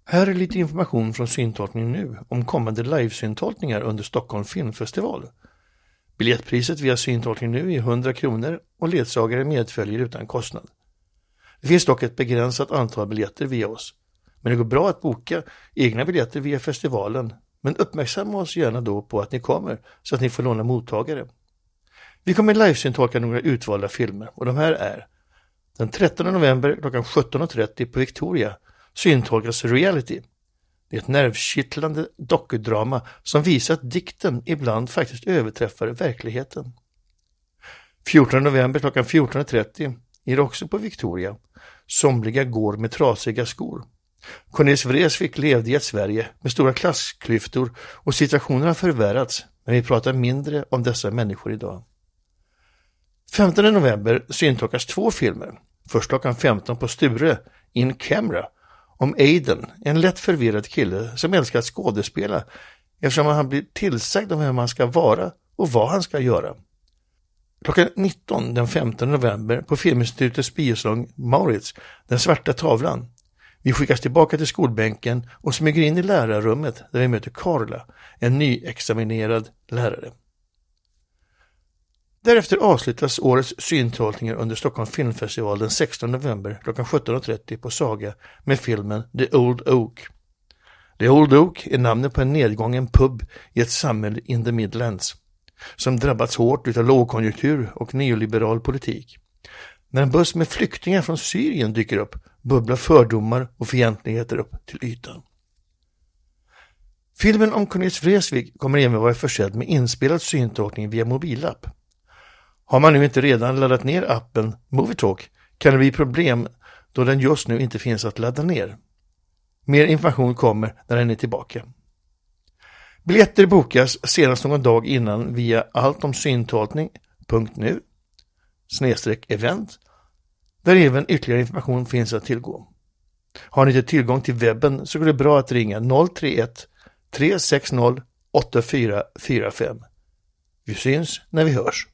Här är lite information från Syntolkning nu om kommande livesyntolkningar under Stockholm Filmfestival. Biljettpriset via Syntolkning nu är 100 kronor och ledsagare medföljer utan kostnad. Det finns dock ett begränsat antal biljetter via oss. Men det går bra att boka egna biljetter via festivalen. Men uppmärksamma oss gärna då på att ni kommer så att ni får låna mottagare. Vi kommer livesyntolka några utvalda filmer och de här är: den 13 november klockan 17.30 på Victoria syntolkas Reality. Det är ett nervkittlande dokudrama som visar att dikten ibland faktiskt överträffar verkligheten. 14 november klockan 14.30 är det också på Victoria. Somliga går med trasiga skor. Cornelis Vreeswijk levde i ett Sverige med stora klassklyftor och situationen har förvärrats, men vi pratar mindre om dessa människor idag. 15 november syntolkas 2 filmer. Först klockan 15 på Sture, In Camera, om Aiden, en lätt förvirrad kille som älskar att skådespela eftersom han blir tillsagd om vem han ska vara och vad han ska göra. Klockan 19 den 15 november på Filminstitutets biosalong Maurits, Den svarta tavlan. Vi skickas tillbaka till skolbänken och smyger in i lärarrummet där vi möter Carla, en nyexaminerad lärare. Därefter avslutas årets syntolkningar under Stockholm Filmfestival den 16 november klockan 17.30 på Saga med filmen The Old Oak. The Old Oak är namnet på en nedgången pub i ett samhälle in the Midlands som drabbats hårt av lågkonjunktur och neoliberal politik. När en buss med flyktingar från Syrien dyker upp bubblar fördomar och fientligheter upp till ytan. Filmen om Cornelis Vreeswijk kommer även vara försedd med inspelad syntolkning via mobilapp. Har man nu inte redan laddat ner appen Movietalk kan det bli problem då den just nu inte finns att ladda ner. Mer information kommer när den är tillbaka. Biljetter bokas senast någon dag innan via alltomsyntolkning.nu/event där även ytterligare information finns att tillgå. Har ni inte tillgång till webben så går det bra att ringa 031 360 8445. Vi syns när vi hörs.